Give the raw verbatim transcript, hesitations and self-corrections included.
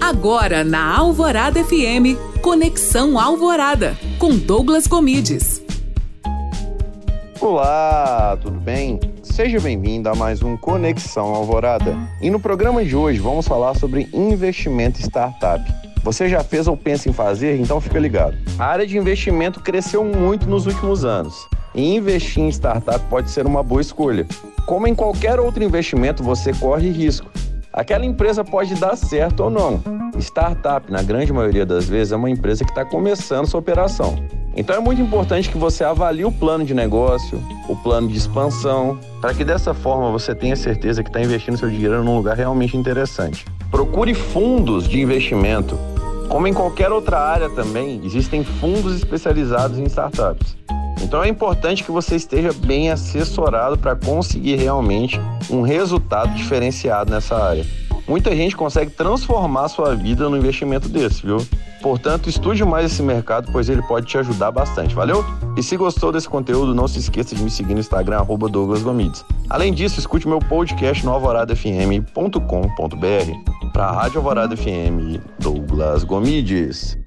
Agora na Alvorada F M, Conexão Alvorada, com Douglas Gomides. Olá, tudo bem? Seja bem-vindo a mais um Conexão Alvorada. E no programa de hoje vamos falar sobre investimento startup. Você já fez ou pensa em fazer? Então fica ligado. A área de investimento cresceu muito nos últimos anos. E investir em startup pode ser uma boa escolha. Como em qualquer outro investimento, você corre risco. Aquela empresa pode dar certo ou não. Startup, na grande maioria das vezes, é uma empresa que está começando sua operação. Então é muito importante que você avalie o plano de negócio, o plano de expansão, para que dessa forma você tenha certeza que está investindo seu dinheiro num lugar realmente interessante. Procure fundos de investimento. Como em qualquer outra área também, existem fundos especializados em startups. Então é importante que você esteja bem assessorado para conseguir realmente um resultado diferenciado nessa área. Muita gente consegue transformar a sua vida no investimento desse, viu? Portanto, estude mais esse mercado, pois ele pode te ajudar bastante, valeu? E se gostou desse conteúdo, não se esqueça de me seguir no Instagram, arroba Douglas Gomides. Além disso, escute meu podcast no alvorada f m ponto com ponto b r. Para a Rádio Alvorada F M, Douglas Gomides.